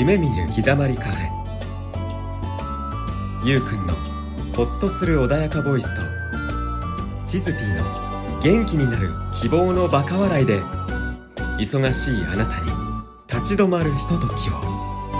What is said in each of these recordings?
夢見る日だまりカフェ。ゆうくんのほっとする穏やかボイスとチズピーの元気になる希望のバカ笑いで、忙しいあなたに立ち止まるひとときを。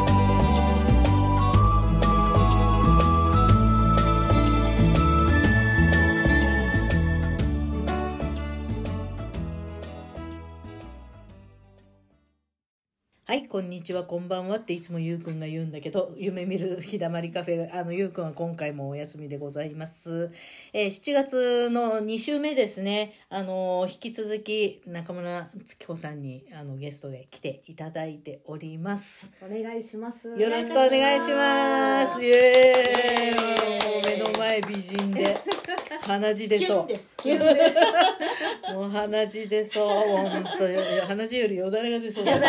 はい、こんにちは、こんばんはっていつもゆうくんが言うんだけど、夢見る日だまりカフェ、ゆうくんは今回もお休みでございます。7月の2週目ですね。引き続き中村月子さんにゲストで来ていただいております。 お願いします。 よろしくお願いします。イエーイ。目の前美人で鼻血出そう。もう鼻血出そう。本当に鼻血よりよだれが出そうだ。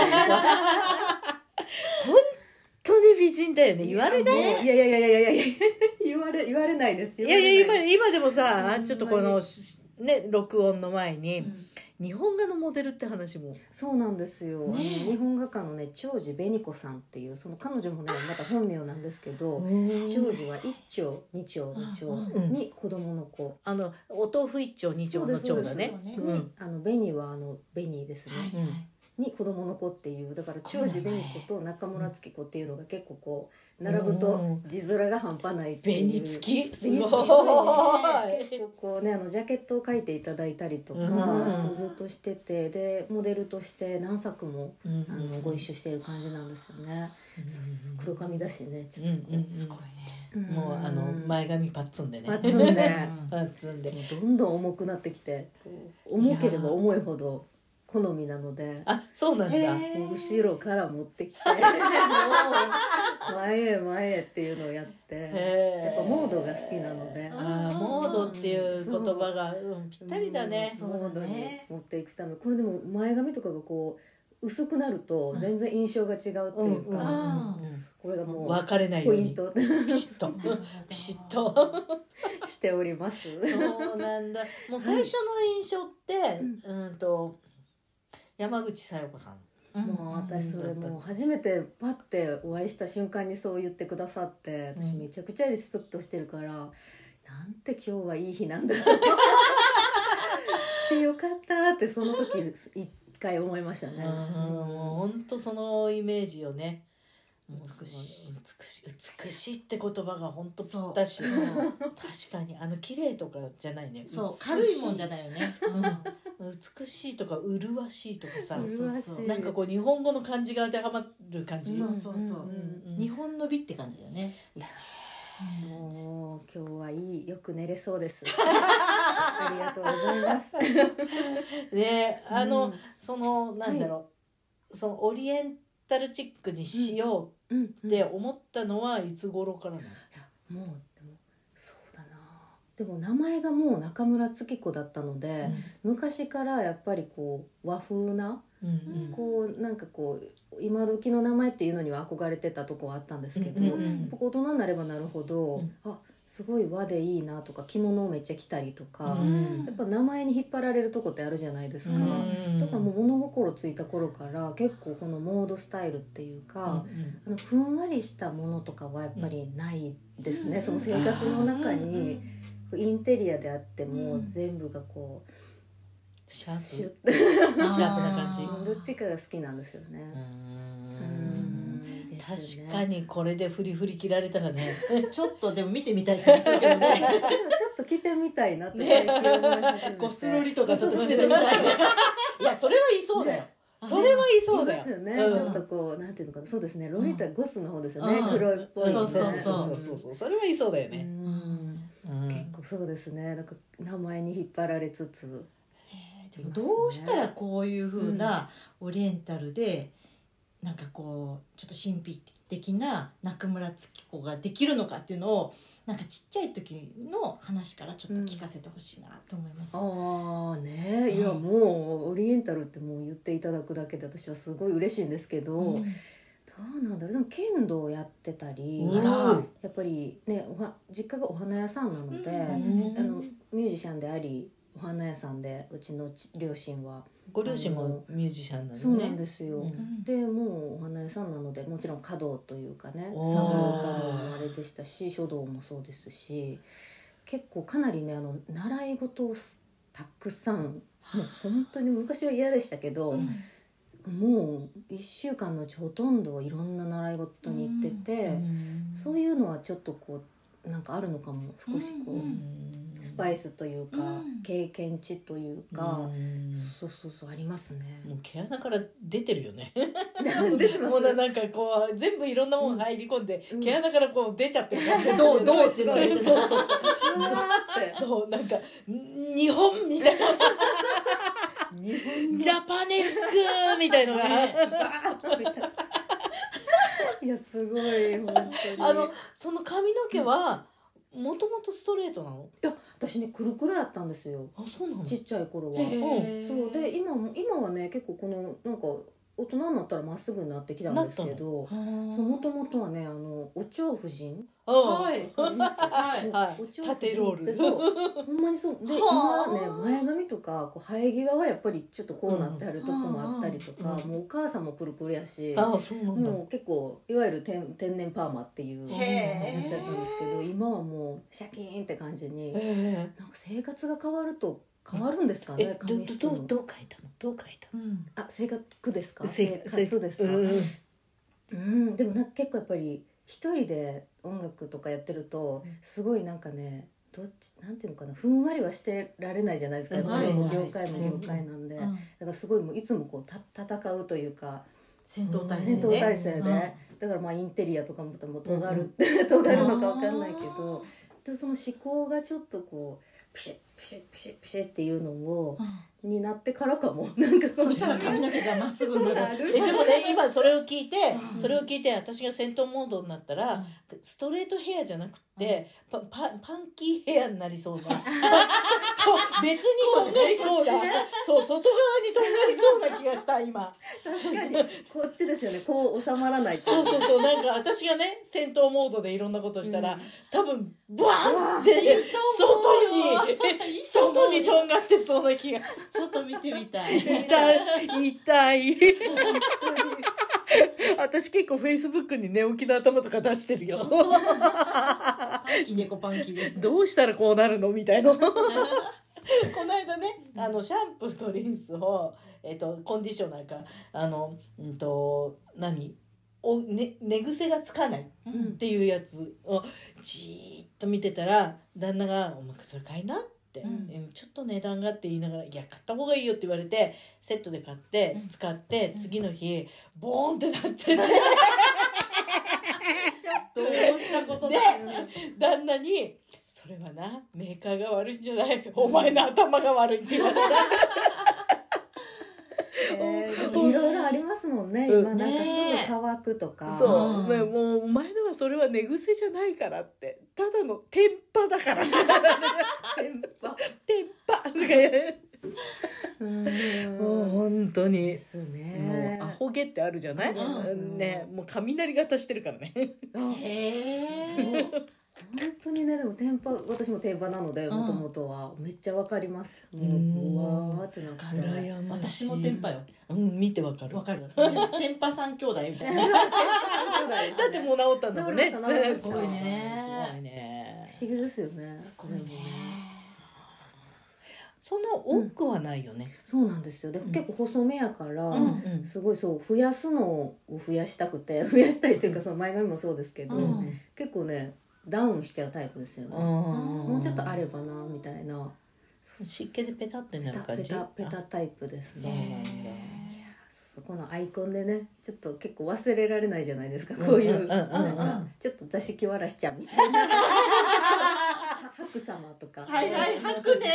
本当に美人だよね。言われない？ いや言われないですよ。 いや今でもさ、ちょっとこのね録音の前に、日本画のモデルって話も。 そうなんですよ。日本画家のね長司紅子さんっていう、その彼女もねまた本名なんですけど、長司は一丁二丁の丁に子供の子。 お豆腐一丁二丁の丁だね。 紅は紅ですね。に子供の子っていう、だから長司紅子と中村月子っていうのが結構こう並ぶと字面が半端ないっていう。 紅付きすごい。 結構こうねジャケットを描いていただいたりとか、ずっとしてて、でモデルとして何作もご一緒してる感じなんですよね。黒髪だしね、ちょっとこうすごいね。もう前髪パッツンでね。 パッツンでパッツンでどんどん重くなってきて、重ければ重いほど好みなので、 そうなんだ。 後ろから持ってきてもう前へっていうのをやって、やっぱモードが好きなので、 モードっていう言葉がぴったりだね。 モードに持っていくため、これでも前髪とかがこう薄くなると全然印象が違うっていうか、これがもう分かれないようにポイントピシッとしております。 そうなんだ。もう最初の印象って山口小夜子さん。 もう私それもう初めてパッてお会いした瞬間にそう言ってくださって、私めちゃくちゃリスペクトしてるから、なんて今日はいい日なんだろうってよかったってその時一回思いましたね。 もう本当そのイメージよね。美しいって言葉が本当ぴったし。確かに綺麗とかじゃないね。 そう軽いもんじゃないよね。 美しいとか麗しいとかさ、なんかこう日本語の漢字が当てはまる感じ。 そう日本の美って感じだよね。 もう今日はいい、よく寝れそうです。ありがとうございます。 ね、そのなんだろう、そのオリエンタルチックにしようって思ったのはいつ頃からなの？ いやもうでもそうだな。でも名前がもう中村月子だったので、昔からやっぱりこう和風な、こうなんかこう今時の名前っていうのには憧れてたとこはあったんですけど、大人になればなるほど、すごい和でいいなとか、着物をめっちゃ着たりとか、やっぱ名前に引っ張られるとこってあるじゃないですか。だからもう物心ついた頃から結構このモードスタイルっていうか、ふんわりしたものとかはやっぱりないですね。その生活の中にインテリアであっても全部がこうシャープな感じ。 どっちかが好きなんですよね。 確かにこれでフリフリ切られたらねちょっとでも見てみたい感じするけどね。 ちょっと着てみたいなって最近思い始めて、 ゴスロリとかちょっと着てみたいいやそれはいそうだよ、それはいそうだよ。 いますよね、ちょっとこうなんていうのかな、そうですね、ロリータゴスの方ですよね、黒いっぽい。 そうそれはいそうだよね。 結構そうですね、なんか名前に引っ張られつつ、 でもどうしたらこういう風なオリエンタルでなんかこうちょっと神秘的な中村月子ができるのかっていうのを、なんかちっちゃい時の話からちょっと聞かせてほしいなと思います。 いやもうオリエンタルってもう言っていただくだけで私はすごい嬉しいんですけど、どうなんだろう。でも剣道やってたり、やっぱりね実家がお花屋さんなので、ミュージシャンでありお花屋さんでうちの両親は。 ご両親もミュージシャンなのね。 そうなんですよ、 うんでもうお花屋さんなのでもちろん華道というかね、 おー茶道華道もあれでしたし書道もそうですし、結構かなりね習い事をたくさん、もう本当に昔は嫌でしたけど、もう1週間のうちほとんどいろんな習い事に行ってて、そういうのはちょっとこうなんかあるのかも、少しこう、スパイスというか、経験値というか、そうありますね。 もう毛穴から出てるよね。 出てますもうなんかこう全部いろんなもの入り込んで、毛穴からこう出ちゃってる感じ。 どうっていうのが出てるそうそうそう。 うわーってどうなんか日本みたいな。ジャパネスクみたいのが。 いやすごい本当に。 その髪の毛はもともとストレートなの？ いや私ねくるくるやったんですよ、 あ、そうなの？ ちっちゃい頃は。 ーそうで今はね結構このなんか大人になったらまっすぐになってきたんですけど、もともとはねお蝶夫人、 はいはいお蝶夫縦ロール人ってそうほんまにそうで今ね前髪とかこう生え際はやっぱりちょっとこうなってあるとこもあったりとか、もうお母さんもくるくるやし、 あ、そうなんだ。 もう結構いわゆる天然パーマっていうやつだったんですけど、今はもうシャキーンって感じに、なんか生活が変わると変わるんですかね、髪質も。 どう変えたの？どう変えたの？ あ、性格ですか？ 生活ですか？でもなんか結構やっぱり一人で音楽とかやってるとすごいなんかね、なんていうのかな、ふんわりはしてられないじゃないですか。やっぱりもう業界も業界なんで、だからすごいもういつもこう戦うというか戦闘態勢戦闘態勢で、だからまあインテリアとかも尖る尖るのか分かんないけど、その思考がちょっとこうピシッピシッピシッピシッっていうのをになってからかも、なんかこうそしたら髪の毛がまっすぐになる。 でもね、今それを聞いて、私が戦闘モードになったら、ストレートヘアじゃなくて、パンキーヘアになりそうな別にとんがりそうだ、そう、外側にとんがりそうな気がした今。 確かにこっちですよね、こう収まらないっていそうなんか私がね戦闘モードでいろんなことしたら、多分バーンって外にとんがってそうな気がする。 ちょっと見てみたい。 痛い私結構フェイスブックに寝起きの頭とか出してるよパンキ猫パンキ猫。 どうしたらこうなるのみたいなこの間ねシャンプーとリンスを、コンディショナーか寝癖がつかないっていうやつをじーっと見てたら、旦那が「お前それ買いな」ってちょっと値段がって言いながら「いや買った方がいいよ」って言われてセットで買って使って次の日ボーンってなっててどうしたことだ。 旦那に「それはなメーカーが悪いんじゃない、お前の頭が悪い」って言われた。 いろいろありますもんね、今なんかすぐ乾くとか。 そうね、もうお前のはそれは寝癖じゃないからって、ただのテンパだからテンパとか言もう本当にですね。 もうアホ毛ってあるじゃない、ね、もう雷型してるからね。 本当にね、でも私もテンパなのでもともとはめっちゃわかります。もううわーってなって。 私もテンパよ。 見てわかる。 わかる。テンパ三兄弟みたいな。 だってもう治ったんだもんね。すごいね。 すごいね。不思議ですよね。 すごいね。 そんな多くはないよね。 そうなんですよ。で結構細めやからすごいそう増やすのを増やしたくて増やしたいというか、その前髪もそうですけど結構ねダウンしちゃうタイプですよね。もうちょっとあればなみたいな。 湿気でペタってなる感じ。 ペタタイプですね。このアイコンでねちょっと結構忘れられないじゃないですか、こういうなんかちょっと座敷わらしちゃんみたいな白様とか。 はいはい、白ね。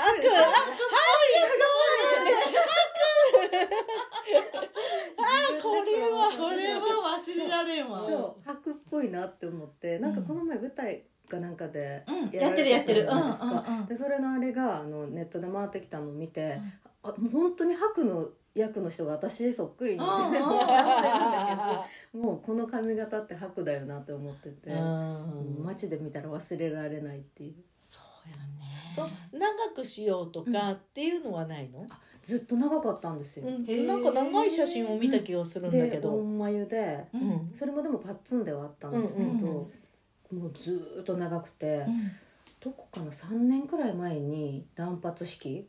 これは忘れられんわ。 そう白っぽいなって思って、なんかこの前舞台かなんかでやってるやってる。 でそれのあれがネットで回ってきたのを見て、もう本当に白の役の人が私そっくりにやってるんだけど、もうこの髪型って白だよなって思ってて、街で見たら忘れられないっていう。 そうやね。 長くしようとかっていうのはないの？ ずっと長かったんですよ。 なんか長い写真を見た気がするんだけでど、 大眉で、それもでもパッツンではあったんですけど、もうずーっと長くて、どこかな3年くらい前に断髪式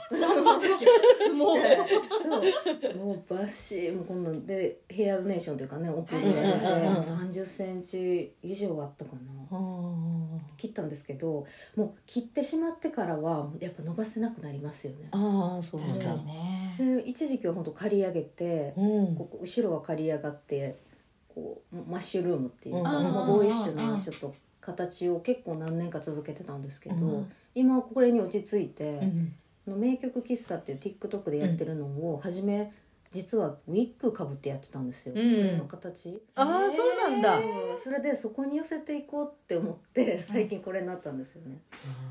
そうもうバッシーもう今度でヘアドネーションというかね奥で30センチ以上あったかな、切ったんですけど、もう切ってしまってからはやっぱ伸ばせなくなりますよね。 ああそう確かにね。 で一時期は本当刈り上げて、ここ後ろは刈り上がってこうマッシュルームっていうボーイッシュなちょっと形を結構何年か続けてたんですけど、今はこれに落ち着いて、名曲喫茶っていう TikTok でやってるのを初め実はウィッグかぶってやってたんですよ、これの形。 ああそうなんだ。 それでそこに寄せていこうって思って最近これになったんですよね。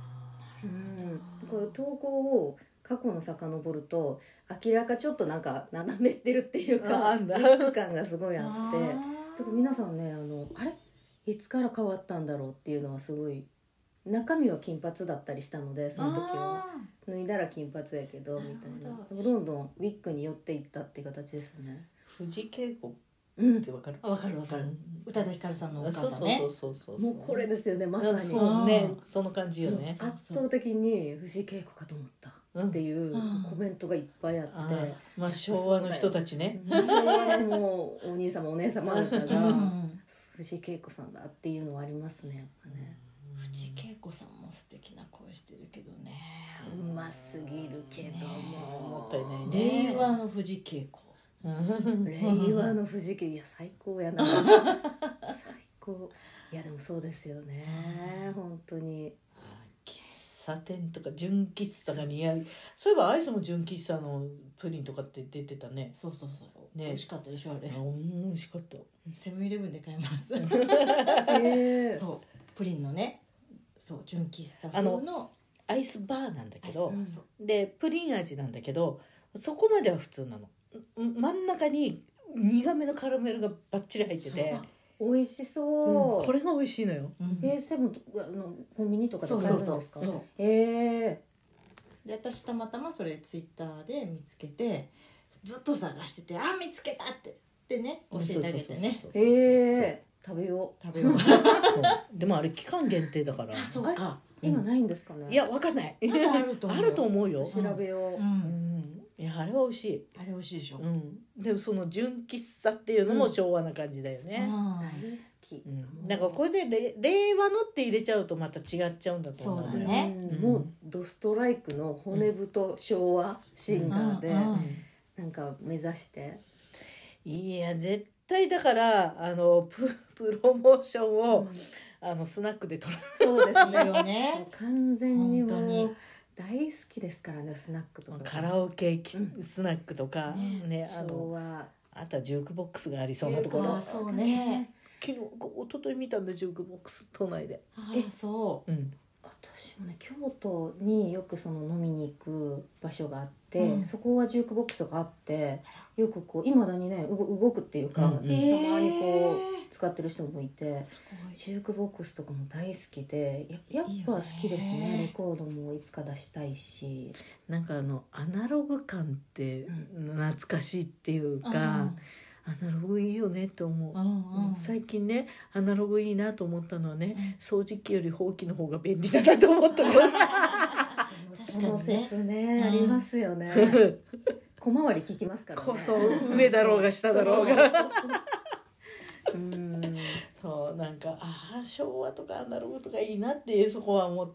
これ投稿を過去の遡ると明らかちょっとなんか斜めってるっていうかウィッグ感がすごいあってだから皆さんねあれいつから変わったんだろうっていうのはすごい。中身は金髪だったりしたのでその時は脱いだら金髪やけどみたいな、どんどんウィッグに寄っていったっていう形ですね。 藤恵子ってわかる？ わかるわかる。宇多田ヒカルさんのお母さんね。 そうもうこれですよね、まさに。 そうね、その感じよね。 圧倒的に藤恵子かと思ったっていうコメントがいっぱいあって、 まあ昭和の人たちね。 昭和のもうお兄様お姉様方が藤恵子さんだっていうのはありますね、やっぱね。 藤恵子さんも素敵な声してるけどね。 うますぎるけども、 もったいないね。 令和の藤恵子。 令和の藤恵子、いや最高やな。最高。いやでもそうですよね、本当に。 喫茶店とか純喫茶が似合う。そういえばアイスも純喫茶のプリンとかって出てたね。 そうね、美味しかったでしょあれ。 美味しかった。 セブンイレブンで買います。そうプリンのね。そう純喫茶風のアイスバーなんだけど、でプリン味なんだけどそこまでは普通なの。真ん中に苦めのカラメルがバッチリ入ってて美味しそう、 これが美味しいのよ。 セブンコンビニとかで買えるんですか？ で私たまたまそれツイッターで見つけてずっと探してて見つけたってね教えてあげてね。 食べようでもあれ期間限定だから。 そうか、 今ないんですかね。 いやわかんない。あると思うよ。 調べよう。 いやあれは美味しい。 あれ美味しいでしょ。 でもその純喫茶っていうのも昭和な感じだよね。 大好き。 なんかこれで令和のって入れちゃうとまた違っちゃうんだと思う。 そうだね。 もうドストライクの骨太昭和シンガーでなんか目指して。 いや絶対だからプロモーションをスナックで撮る。 そうですね。 いいよね。 完全にもう大好きですからね、スナックとかカラオケスナックとかね、 昭和。 あとはジュークボックスがありそうなところ。 そうね。 昨日一昨日見たんでジュークボックス都内で。 そう。 私もね京都によくその飲みに行く場所があって、そこはジュークボックスがあってよくこう未だにね動くっていうか、たまにこう使ってる人もいて、ジュークボックスとかも大好きでやっぱ好きですね。レコードもいつか出したいし、 なんかアナログ感って懐かしいっていうか、アナログいいよねって思う。最近ねアナログいいなと思ったのはね、掃除機よりほうきの方が便利だなと思ったの。 その説ねありますよね。小回り聞きますからね。 そう上だろうが下だろうが。そうなんか昭和とかアナログとかいいなってそこは思った。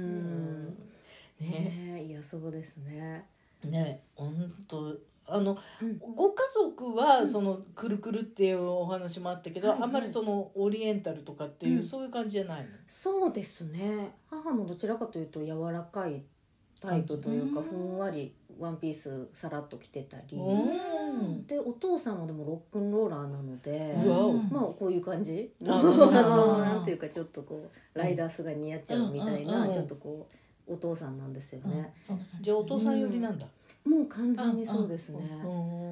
いやそうですね。 ね本当ご家族はそのくるくるっていうお話もあったけど、あんまりそのオリエンタルとかっていうそういう感じじゃないの？ そうですね。母もどちらかというと柔らかいタイプというか、ふんわりワンピースさらっと着てたりで、お父さんはでもロックンローラーなので、まあこういう感じなんていうかちょっとこうライダースが似合っちゃうみたいな、ちょっとこうお父さんなんですよね。 じゃあお父さん寄りなんだ。 もう完全にそうですね。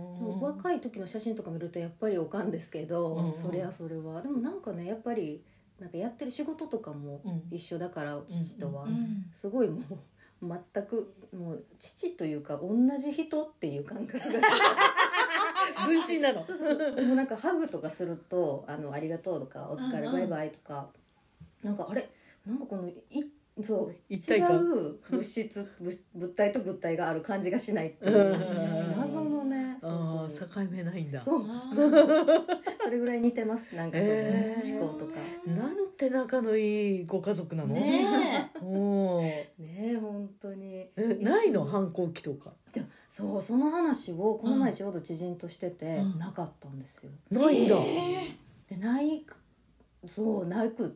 若い時の写真とか見るとやっぱりおかんですけど、それはでもなんかねやっぱりなんかやってる仕事とかも一緒だから、父とは、すごいもう全くもう父というか同じ人っていう感覚が分身なの。 そうそうもうなんかハグとかするとありがとうとかお疲れバイバイとか、なんかあれなんかこのそう違一体感う物体と物体がある感じがしないっていう謎のね、 ああ境目ないんだ。 そうそれぐらい似てます、なんかその思考とか。 なんて仲のいいご家族なの。 ねおーねえ本当にないの反抗期とか。 いやそうその話をこの前ちょうど知人としてて、なかったんですよ。 ないんだ。 でそうなくって、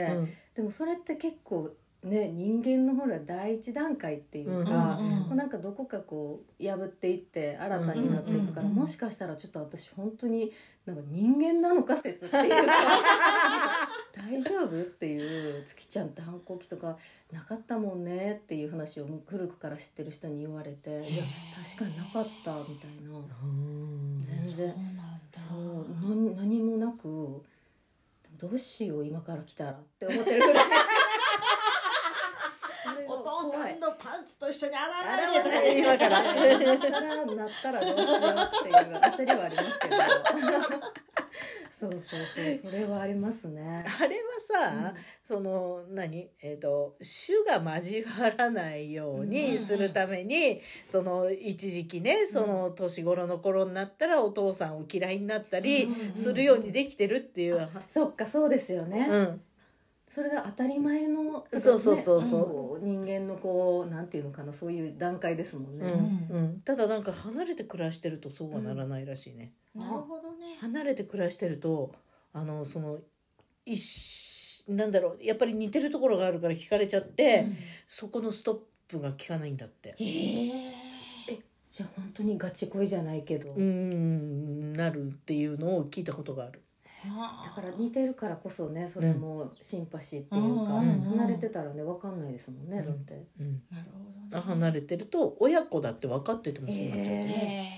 でもそれって結構ね、人間のほら第一段階っていうか、こうなんかどこかこう破っていって新たになっていくから、もしかしたらちょっと私本当になんか人間なのか説っていうか大丈夫っていう、月ちゃんって反抗期とかなかったもんねっていう話を古くから知ってる人に言われて、いや確かになかったみたいな、全然そう何もなく、どうしよう今から来たらって思ってるぐらいお父さんのパンツと一緒に洗わないでとかね、今からなったらどうしようっていう焦りはありますけどそうそれはありますね。 あれはさ、その種が交わらないようにするために、その一時期ね、その年頃の頃になったらお父さんを嫌いになったりするようにできてるっていう、 そっかそうですよね、それが当たり前の、ね、 そう人間のこうなんていうのかな、そういう段階ですもんね、 ただなんか離れて暮らしてるとそうはならないらしいね、 なるほどね。 離れて暮らしてるとそのなんだろう、やっぱり似てるところがあるから惹かれちゃって、そこのストップが効かないんだって。 じゃあ本当にガチ恋じゃないけどなるっていうのを聞いたことがある。 だから似てるからこそね、それもシンパシーっていうか、離れてたらね分かんないですもんね、だって、 なるほどね。 離れてると親子だって分かっててもそうなっちゃうね、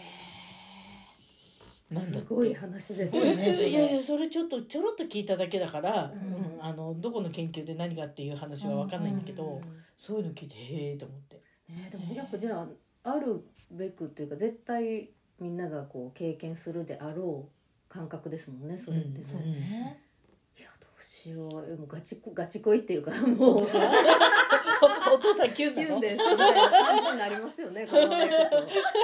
すごい話ですよね。 いやそれちょろっと聞いただけだから、どこの研究で何がっていう話は分かんないんだけど、そういうの聞いてへえと思って、 でもやっぱじゃああるべくっていうか、絶対みんながこう経験するであろう感覚ですもんね、それってね、 そうね。 いやどうしよう、もうガチ恋っていうか、もうお父さんキュンなの？ キュンですみたいな感じになりますよね、このままいくと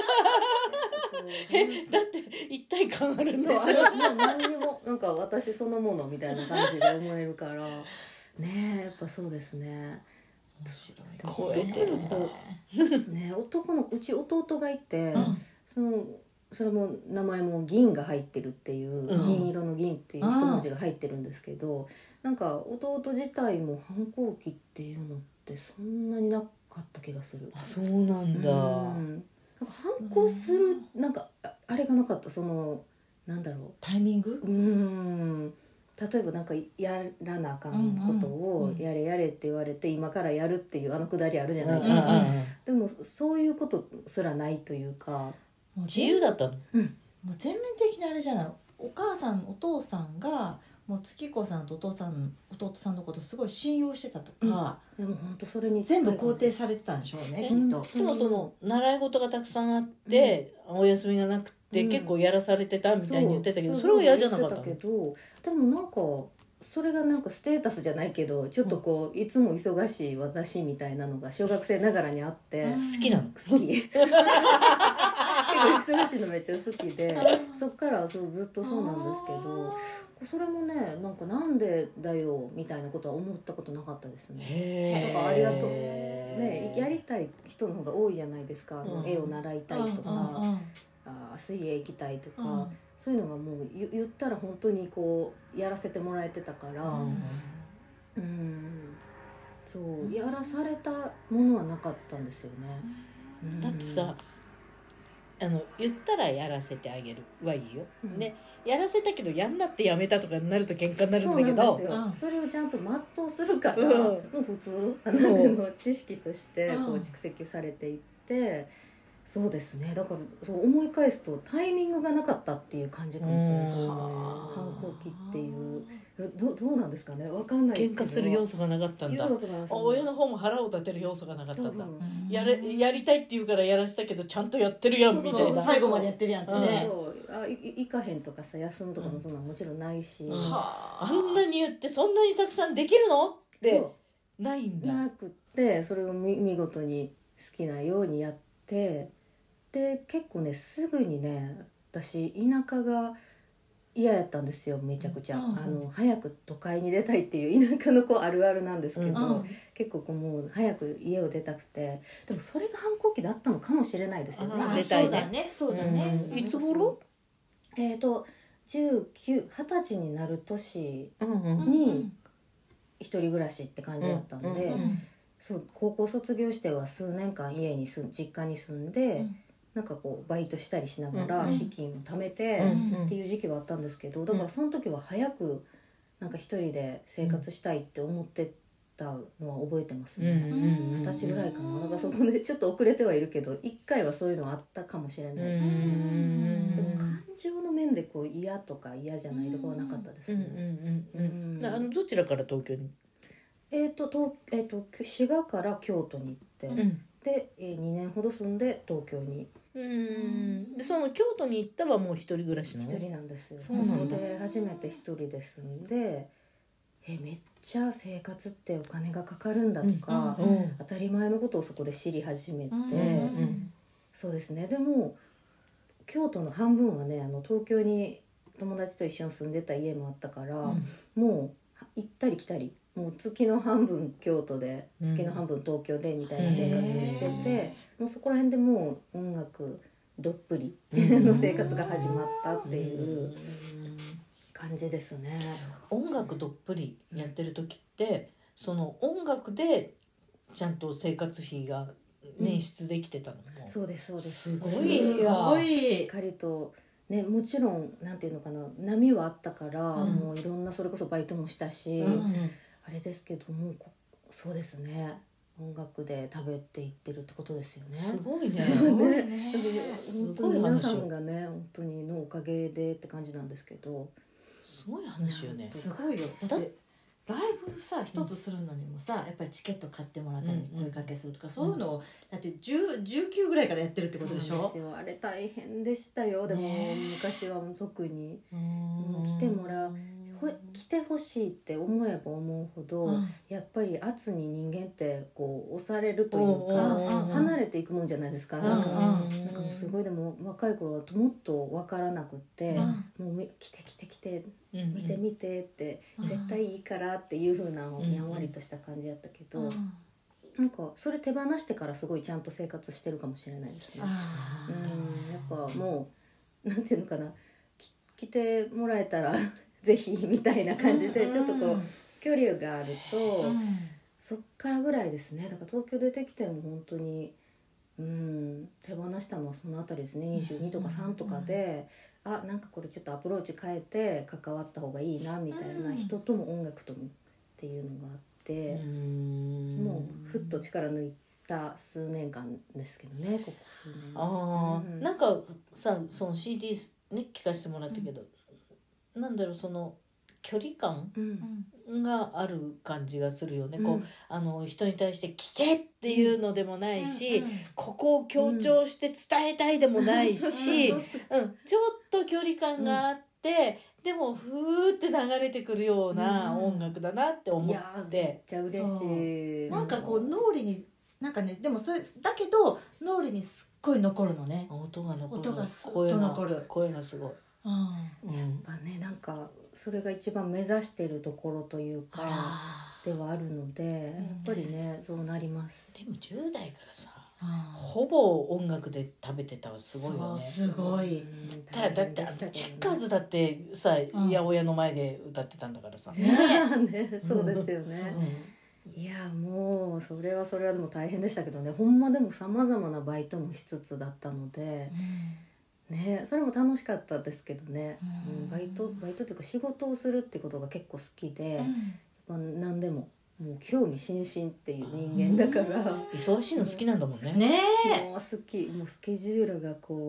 だって一体感あるんでしょ。 そうもう何にもなんか私そのものみたいな感じで思えるからね、やっぱそうですね。 面白い。 超えてるんだね、うち弟がいて、それも名前も銀が入ってるっていう、銀色の銀っていう一文字が入ってるんですけど、なんか弟自体も反抗期っていうのってそんなになかった気がする。 あ、そうなんだ。 なんか反抗するなんかあれがなかった、そのなんだろう、 タイミング？ 例えばなんかやらなあかんことをやれやれって言われて、今からやるっていうくだりあるじゃないですか、でもそういうことすらないというか、 もう自由だったの？ もう全面的にあれじゃない。お父さんがもう月子さんと弟さんのことすごい信用してたとか、 でも本当それに全部肯定されてたんでしょうね、きっと。 でもその習い事がたくさんあって、お休みがなくて、結構やらされてたみたいに言ってたけど、それは嫌じゃなかったの？ けどでもなんかそれがなんかステータスじゃないけど、ちょっとこういつも忙しい私みたいなのが小学生ながらにあって、 好きなの？ 好き結構忙しいのめっちゃ好きで、そっからずっとそうなんですけど、それもね、なんかなんでだよみたいなことは思ったことなかったですね。なんかありがとうね、やりたい人の方が多いじゃないですか、絵を習いたいとか、水泳行きたいとか、そういうのがもう言ったら本当にこうやらせてもらえてたから、そうやらされたものはなかったんですよね。 だってさ、言ったらやらせてあげるはいいよ、ね、やらせたけどやんなってやめたとかになると喧嘩になるんだけど、 そうなんですよ、それをちゃんと全うするから、もう普通の知識としてこう蓄積されていって、そうですね、だからそう思い返すとタイミングがなかったっていう感じかもしれないです。反抗期っていうどうなんですかね、わかんないけど喧嘩する要素がなかったんだ。 要素がなさ親の方も腹を立てる要素がなかったんだ。 多分やりたいって言うからやらせたけどちゃんとやってるやんみたいな。 最後までやってるやんってね。 そう行かへんとかさ休むとかもそんなんもちろんないし、 あんなに言ってそんなにたくさんできるのってそないんだ。 うなくってそれを見事に好きなようにやって、で結構ねすぐにね私田舎が嫌やったんですよめちゃくちゃ、早く都会に出たいっていう田舎の子あるあるなんですけど、結構こうもう早く家を出たくて、でもそれが反抗期だったのかもしれないですよね。 出たいね。そうだね。 いつ頃 19、20歳になる年にに一人暮らしって感じだったんで、そう高校卒業しては数年間実家に住んで、なんかこうバイトしたりしながら資金を貯めてっていう時期はあったんですけど、だからその時は早くなんか一人で生活したいって思ってたのは覚えてますね。20歳ぐらいかな。だからそこでちょっと遅れてはいるけど1回はそういうのあったかもしれないですね。でも感情の面でこう嫌とか嫌じゃないところはなかったですね。 どちらから東京に？ 滋賀から京都に行って、で、2年ほど住んで東京に。 でその京都に行ったはもう一人暮らしなの？ 一人なんですよ。 そうなんだ。 そこで初めて一人で住んで、めっちゃ生活ってお金がかかるんだとか、当たり前のことをそこで知り始めて、そうですね。でも京都の半分はね東京に友達と一緒に住んでた家もあったから、もう行ったり来たり、もう月の半分京都で月の半分東京でみたいな生活をしてて、もうそこら辺でもう音楽どっぷりの生活が始まったっていう感じですね。 音楽どっぷりやってる時ってその音楽でちゃんと生活費が捻出できてたのも、 そうですそうです。 すごいよ。 しっかりとね、もちろんなんていうのかな、波はあったから、もういろんなそれこそバイトもしたし、あれですけどもそうですね、音楽で食べていってるってことですよね。 すごいね。 本当に皆さんがね本当にのおかげでって感じなんですけど、 すごい話よね。 すごいよ。だってライブさ一つするのにもさ、やっぱりチケット買ってもらったり声かけするとか、そういうのをだって19ぐらいからやってるってことでしょ。 そうですよ。あれ大変でしたよ。でも昔は特に来てほしいって思えば思うほど、やっぱり圧に人間ってこう押されるというか、離れていくもんじゃないですか。なんかもうすごい、でも若い頃はもっと分からなくって、もう来て見て見てって絶対いいからっていう風なやんわりとした感じやったけど、なんかそれ手放してからすごいちゃんと生活してるかもしれないですね。やっぱもうなんていうのかな、来てもらえたらぜひみたいな感じでちょっとこう距離があると、そっからぐらいですね。だから東京出てきても本当に手放したのはそのあたりですね。22とか3とかで、なんかこれちょっとアプローチ変えて関わった方がいいなみたいな、人とも音楽ともっていうのがあって、もうふっと力抜いた数年間ですけどね、ここ数年。 なんかさ、その CD ね聞かせてもらったけど、なんだろう、その距離感がある感じがするよね。こう人に対して聞けっていうのでもないし、ここを強調して伝えたいでもないし、ちょっと距離感があって、でもふーって流れてくるような音楽だなって思って、 めっちゃ嬉しい。 なんかこう脳裏になんかね、でもそれだけど脳裏にすっごい残るのね。 音が残る。 音がすっと残る。 声がすごい。 やっぱね、なんかそれが一番目指してるところというかではあるので、やっぱりねそうなります。 でも10代からさ、ほぼ音楽で食べてたはすごいよね。 すごい。 だってチェッカーズだってさ、八百屋の前で歌ってたんだからさ。 ね、そうですよね。いやもうそれはでも大変でしたけどね。ほんまでもさまざまなバイトもしつつだったので。ね、それも楽しかったですけどね、バイトというか仕事をするってことが結構好きで、やっぱ何でももう興味津々っていう人間だから、 忙しいの好きなんだもんね。 もう好き、もうスケジュールがこう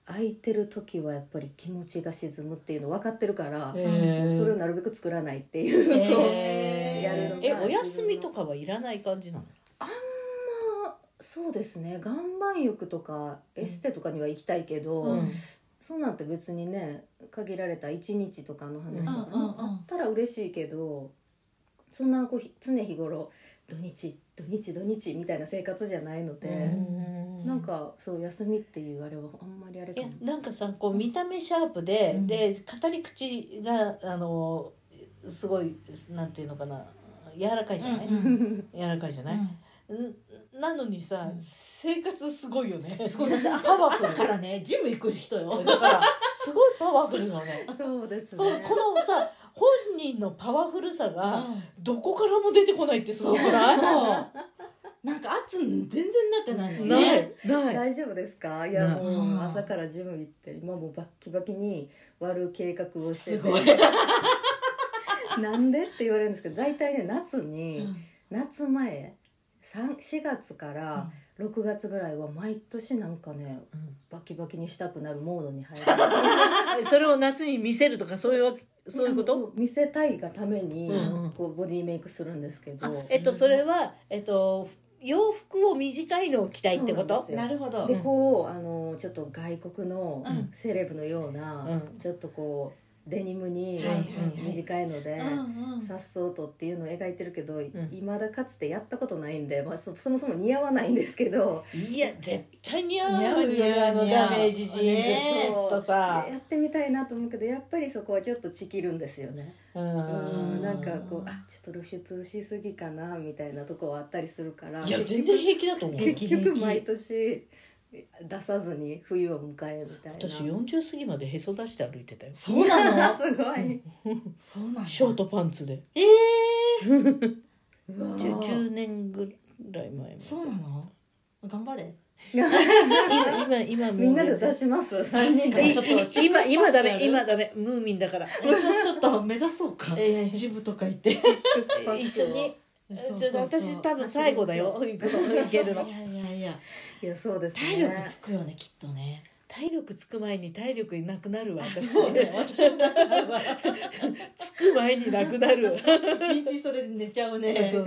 空いてる時はやっぱり気持ちが沈むっていうの分かってるから、それをなるべく作らないっていうのをやるのが、 お休みとかはいらない感じなの？ あんまそうですね、岩盤浴とかエステとかには行きたいけど、そうなんて別にね限られた1日とかの話があったら嬉しいけど、そんなこう常日頃土日みたいな生活じゃないので、なんかそう休みっていうあれはあんまりあれかも。 なんかさこう見た目シャープで、で語り口がすごいなんていうのかな、柔らかいじゃない、柔らかいじゃない、なのにさ、生活すごいよね。 すごい、だって朝からねジム行く人よ。 だからすごいパワフルよね。 そうですね。 このさ本人のパワフルさがどこからも出てこないってすごくない？ なんか圧全然なってないのね。 ない大丈夫ですか？いやもう朝からジム行って今もうバッキバキに割る計画をしててなんでって言われるんですけど、大体ね夏前4月から6月ぐらいは毎年なんかね、バキバキにしたくなるモードに入るそれを夏に見せるとかそういうこと見せたいがためにこうボディメイクするんですけど、 それは洋服を短いのを着たいってこと？ なるほど。 でこうちょっと外国のセレブのような、ちょっとこうデニムに短いのでさっそうとっていうのを描いてるけど、未だかつてやったことないんで、そもそも似合わないんですけど、 いや絶対似合うよ、ダメージジーンズちょっとさやってみたいなと思うけど、やっぱりそこはちょっとちきるんですよね。なんかこうちょっと露出しすぎかなみたいなとこはあったりするから、 いや全然平気だと思う。 結局毎年出さずに冬を迎えるみたいな。 私40過ぎまでへそ出して歩いてたよ。 そうなの？ すごい。 そうなんだ。 ショートパンツで。10年ぐらい前。 そうなの？頑張れ。 今みんなで出します。3人で。 ちょっと今ダメムーミンだから。 ちょっと目指そうか。ジムとか行って一緒に。私多分最後だよ。行けるの。 いやそうですね。 体力つくよねきっとね。 体力つく前に体力なくなるわ私。 そうね、私もなくなるわ。 つく前になくなる。 一日それで寝ちゃうね。 そう。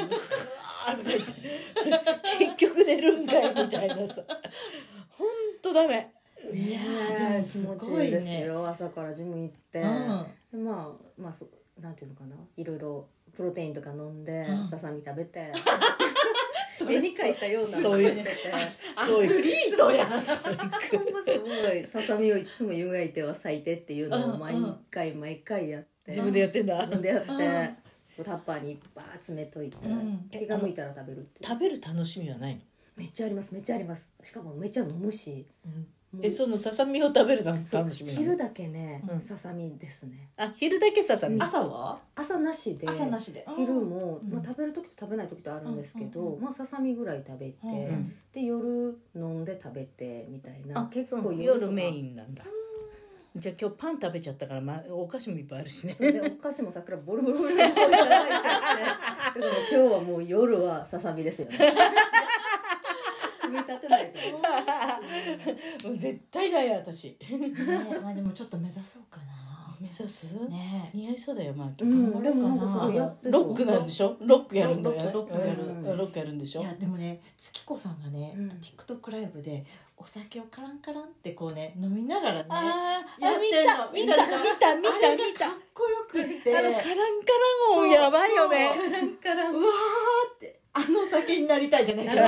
結局寝るんかいみたいなさ。ほんとダメ。 いやでもすごいですよ。朝からジム行って、でまあなんていうのかな、いろいろプロテインとか飲んで、ささみ食べて。絵に描いたようなストイックアスリートや。 ほんますごいささみをいつも湯がいては咲いてっていうのを毎回やって、 自分でやってんだ。 自分でやってタッパーにバー詰めといて、気が向いたら食べるっていう。 食べる楽しみはないの？ めっちゃあります。しかもめっちゃ飲むし、 そのささみを食べる楽しみなの？ 昼だけね、ささみですね。 昼だけささみ。 朝は？ 朝なしで。昼も食べる時と食べない時とあるんですけど、ささみぐらい食べて、で夜飲んで食べてみたいな。 結構夜メインなんだ。じゃあ今日パン食べちゃったから、お菓子もいっぱいあるしね。 でお菓子も桜ボロボロボロボロいただいちゃって、でも今日はもう夜はささみですよね。組み立てないと。 もう絶対だよ私。 まあでもちょっと目指そうかな。 目指す？ ね、 似合いそうだよマーキー。でもなんかそれやってそう。 ロックなんでしょ？ロックやるんだよね。 ロックやるんでしょ？ いやでもね、月子さんがね、TikTok ライブでお酒をカランカランってこうね飲みながらねやってんの。見たでしょ？見た。あれがかっこよくって。 カランカラン音やばいよね。 カランカラン。 うわーってあの酒になりたいじゃないか。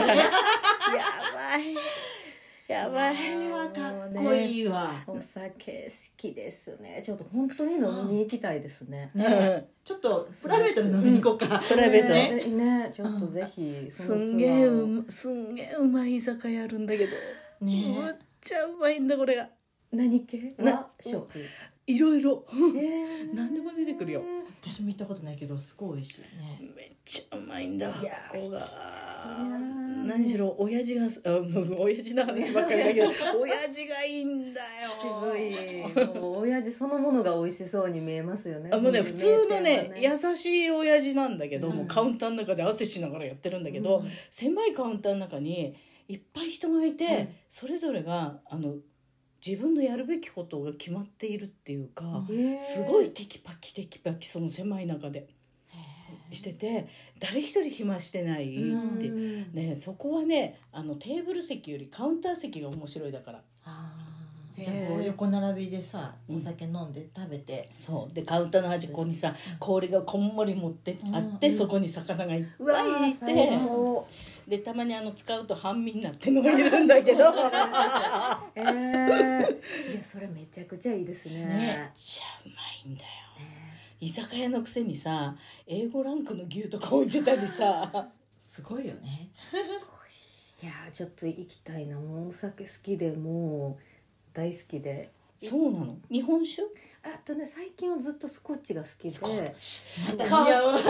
やばい。 あれはかっこいいわ。 お酒好きですね。ちょっと本当に飲みに行きたいですね。 ちょっとプライベートで飲みに行こうか。 プライベートね、ちょっとぜひすんげえうまい居酒屋あるんだけど。めっちゃうまいんだこれが。 何系？和食。 いろいろ。何でも出てくるよ。 私も行ったことないけどすごい美味しいね。 めっちゃうまいんだ。ここが何しろ親父が親父の話ばっかりだけど親父がいいんだよ。 渋い。もう親父そのものが美味しそうに見えますよね。 もうね普通のね優しい親父なんだけど、もうカウンターの中で汗しながらやってるんだけど、狭いカウンターの中にいっぱい人がいて、それぞれが自分のやるべきことが決まっているっていうか、すいごいテキパキその狭い中でしてて、誰一人暇してないってね。そこはね、テーブル席よりカウンター席が面白いだから。 じゃあこう横並びでさ、お酒飲んで食べて、 そうでカウンターの端っこにさ、氷がこんもり持ってあって、そこに魚がいっうわぱいい最て、 高。 でたまに使うと半身になってるのがいるんだけどいやそれめちゃくちゃいいですね。 めっちゃうまいんだよ。居酒屋のくせにさ、A5ランクの牛とか置いてたりさすごいよね。 いやちょっと行きたいな。もうお酒好きで、もう大好きで。 そうなの？日本酒？ 最近はずっとスコッチが好きで、 かっけーかっ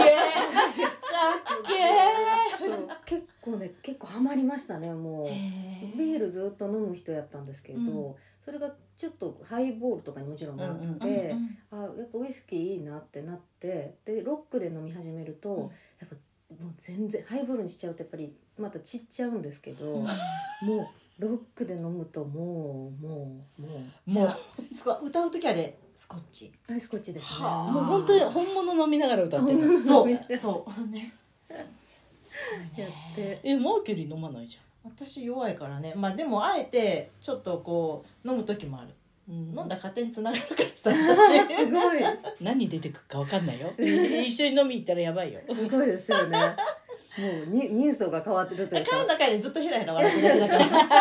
けー結構ハマりましたね。もうビールずっと飲む人やったんですけど、それがちょっとハイボールとかにもちろんなって、やっぱウイスキーいいなってなって、でロックで飲み始めると、やっぱもう全然ハイボールにしちゃうとやっぱりまた散っちゃうんですけど、もうロックで飲むともうじゃあ歌う時あれスコッチ。 あれスコッチですね。 もう本当に本物飲みながら歌ってる。 そうね。 やってマーキュリー飲まないじ私弱いからね。まあでもあえてちょっとこう飲む時もある。飲んだら勝手につながるからさ。 すごい何出てくるか分かんないよ。一緒に飲み行ったらやばいよ。 すごいですよね。もう人相が変わってるというか、 顔の中でずっとヘラヘラ笑ってるだけだから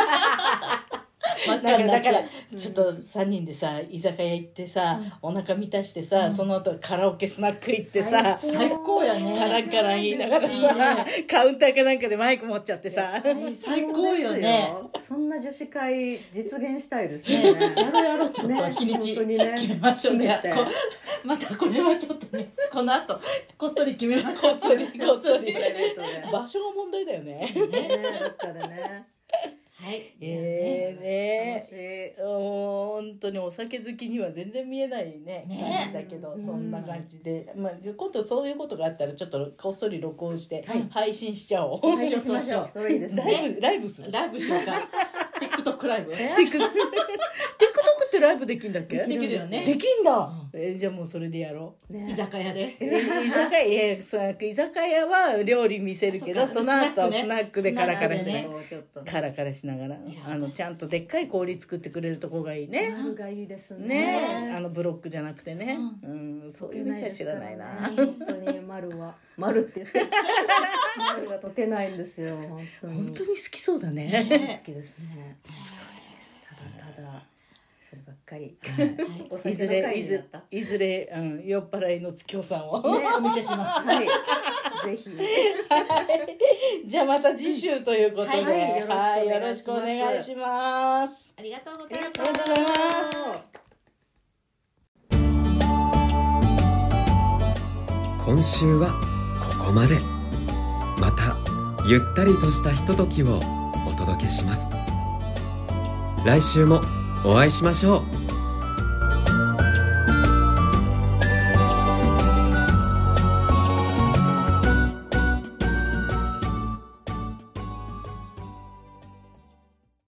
だからちょっと3人でさ居酒屋行ってさ、お腹満たしてさ、その後カラオケスナック行ってさ、 最高やね。 カランカラン言いながらさ、カウンターかなんかでマイク持っちゃってさ、 最高よね。 そんな女子会実現したいですね。 やろうちょっと日にち決めましょう。じゃあまたこれはちょっとね、この後こっそり決めましょう。 こっそり場場所が問題だよね。 どっかでね。 はい。 楽しい。 本当にお酒好きには全然見えないね感じだけど、そんな感じで、今度そういうことがあったらちょっとこっそり録音して配信しちゃおう。 そうしましょう。それいいですね。 ライブする？ ライブしようか。TikTok ライブ。 TikTok ってライブできんだっけ？ できるよね。 できんだ。じゃあもうそれでやろう。 居酒屋で。 居酒屋は料理見せるけど、その後スナックでカラカラしながら、ちゃんとでっかい氷作ってくれるとこがいいね。 丸がいいですね。 ね、ブロックじゃなくてね。そういう店は知らないな。 本当に丸って言って丸が溶けないんですよ。 本当に好きそうだね。 好きですね。ただそればっかり。 いずれ酔っ払いの月尾さんをお見せします。 はい。ぜひ。 じゃあまた次週ということで、 よろしくお願いします。 ありがとうございます。 ありがとうございます。今週はここまで。またゆったりとしたひとときをお届けします。来週もお会いしましょう。